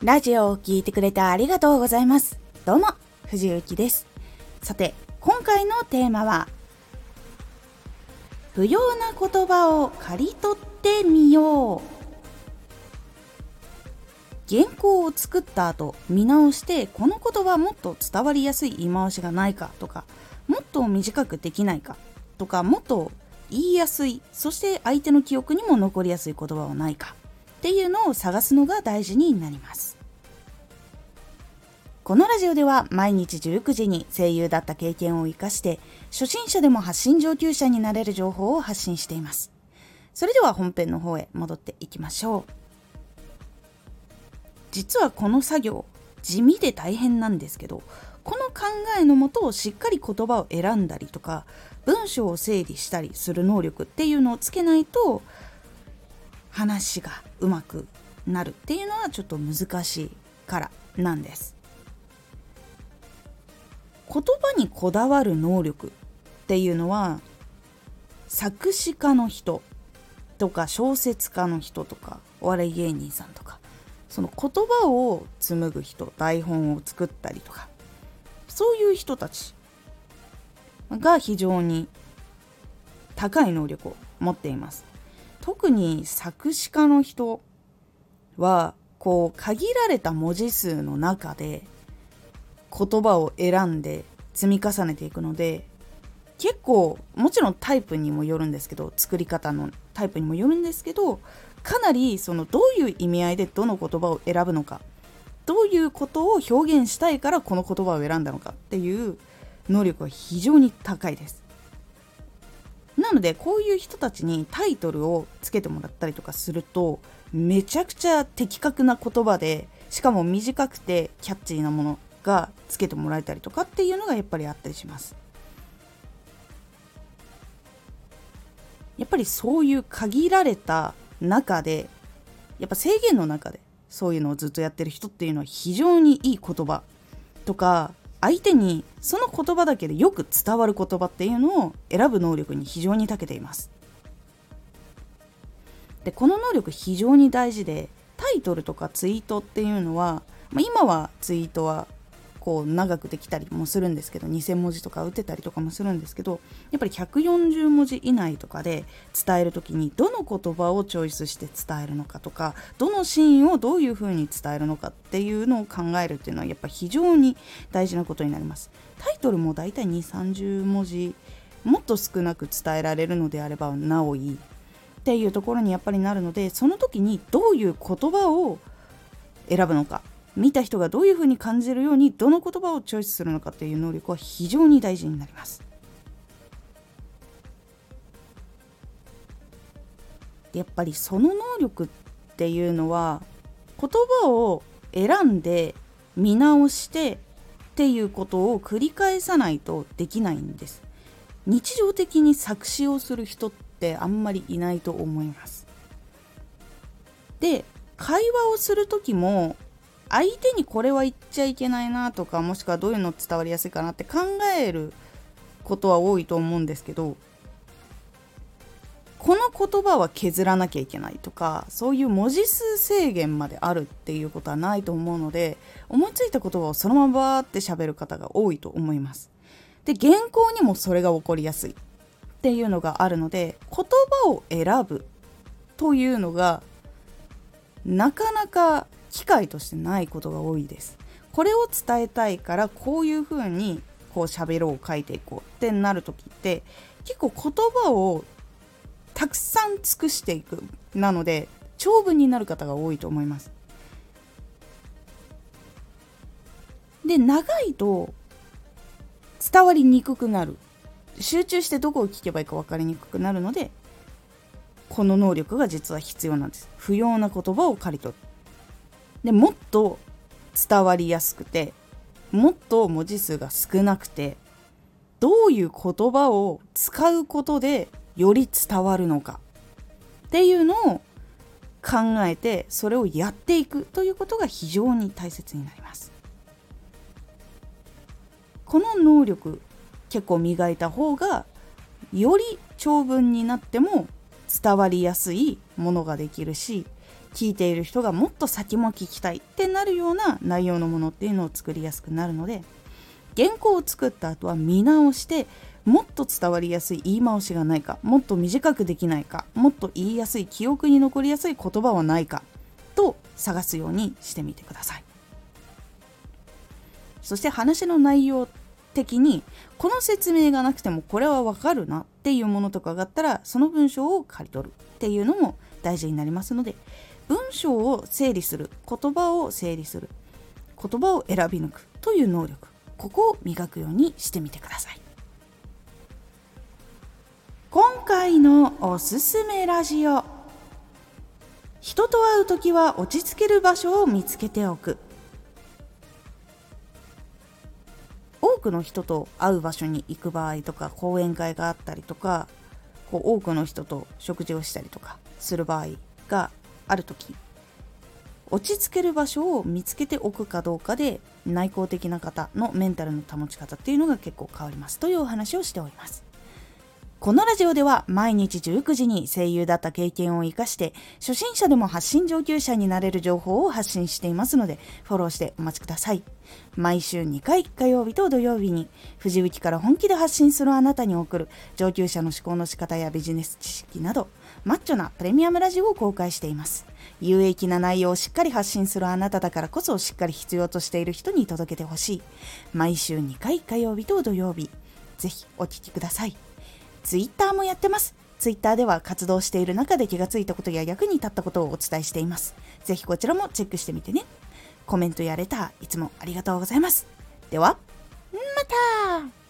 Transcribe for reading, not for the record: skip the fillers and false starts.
ラジオを聞いてくれてありがとうございます。どうも、藤幸です。さて、今回のテーマは、不要な言葉を刈り取ってみよう。原稿を作った後、見直して、この言葉はもっと伝わりやすい言い回しがないかとか、もっと短くできないかとか、もっと言いやすい、そして相手の記憶にも残りやすい言葉はないかっていうのを探すのが大事になります。このラジオでは毎日19時に声優だった経験を生かして初心者でも発信上級者になれる情報を発信しています。それでは本編の方へ戻っていきましょう。実はこの作業地味で大変なんですけど、この考えのもとをしっかり言葉を選んだりとか文章を整理したりする能力っていうのをつけないと話がうまくなるっていうのはちょっと難しいからなんです。言葉にこだわる能力っていうのは作詞家の人とか小説家の人とかお笑い芸人さんとか、その言葉を紡ぐ人、台本を作ったりとか、そういう人たちが非常に高い能力を持っています。特に作詞家の人は限られた文字数の中で言葉を選んで積み重ねていくので、結構もちろんタイプにもよるんですけど、作り方のタイプにもよるんですけど、かなりどういう意味合いでどの言葉を選ぶのか、どういうことを表現したいからこの言葉を選んだのかっていう能力は非常に高いです。なのでこういう人たちにタイトルをつけてもらったりとかすると、めちゃくちゃ的確な言葉で、しかも短くてキャッチーなものがつけてもらえたりとかっていうのがやっぱりあったりします。やっぱりそういう限られた中で、やっぱ制限の中でそういうのをずっとやってる人っていうのは非常にいい言葉とか、相手にその言葉だけでよく伝わる言葉っていうのを選ぶ能力に非常に長けています。で、この能力非常に大事で、タイトルとかツイートっていうのは、今はツイートは長くできたりもするんですけど、2000文字とか打てたりとかもするんですけど、やっぱり140文字以内とかで伝えるときにどの言葉をチョイスして伝えるのかとか、どのシーンをどういう風に伝えるのかっていうのを考えるっていうのはやっぱ非常に大事なことになります。タイトルもだいたい2、30文字、もっと少なく伝えられるのであればなおいいっていうところにやっぱりなるので、その時にどういう言葉を選ぶのか、見た人がどういうふうに感じるようにどの言葉をチョイスするのかっていう能力は非常に大事になります。で、やっぱりその能力っていうのは言葉を選んで見直してっていうことを繰り返さないとできないんです。日常的に作詞をする人ってあんまりいないと思います。で、会話をする時も相手にこれは言っちゃいけないなとか、もしくはどういうの伝わりやすいかなって考えることは多いと思うんですけど、この言葉は削らなきゃいけないとか、そういう文字数制限まであるっていうことはないと思うので、思いついた言葉をそのままバーって喋る方が多いと思います。で、原稿にもそれが起こりやすいっていうのがあるので、言葉を選ぶというのがなかなか機会としてないことが多いです。これを伝えたいからこういう風に喋ろう、書いていこうってなるときって、結構言葉をたくさん尽くしていく、なので長文になる方が多いと思います。で、長いと伝わりにくくなる、集中してどこを聞けばいいか分かりにくくなるので、この能力が実は必要なんです。不要な言葉を刈り取る。で、もっと伝わりやすくて、もっと文字数が少なくて、どういう言葉を使うことでより伝わるのかっていうのを考えて、それをやっていくということが非常に大切になります。この能力結構磨いた方が、より長文になっても伝わりやすいものができるし、 聞いている人がもっと先も聞きたいってなるような内容のものっていうのを作りやすくなるので、原稿を作った後は見直して、もっと伝わりやすい言い回しがないか、もっと短くできないか、もっと言いやすい記憶に残りやすい言葉はないかと探すようにしてみてください。そして話の内容的にこの説明がなくてもこれはわかるなっていうものとかがあったら、その文章を刈り取るっていうのも大事になりますので、文章を整理する、言葉を整理する、言葉を選び抜くという能力、ここを磨くようにしてみてください。今回のおすすめラジオ。人と会うときは落ち着ける場所を見つけておく。多くの人と会う場所に行く場合とか、講演会があったりとか、多くの人と食事をしたりとかする場合があるとき、落ち着ける場所を見つけておくかどうかで、内向的な方のメンタルの保ち方っていうのが結構変わりますというお話をしております。このラジオでは毎日19時に声優だった経験を生かして、初心者でも発信上級者になれる情報を発信していますので、フォローしてお待ちください。毎週2回、火曜日と土曜日に、藤雪から本気で発信するあなたに送る上級者の思考の仕方やビジネス知識など、マッチョなプレミアムラジオを公開しています。有益な内容をしっかり発信するあなただからこそ、しっかり必要としている人に届けてほしい。毎週2回、火曜日と土曜日、ぜひお聞きください。ツイッターもやってます。ツイッターでは活動している中で気がついたことや役に立ったことをお伝えしています。ぜひこちらもチェックしてみてね。コメントやレターいつもありがとうございます。では、また。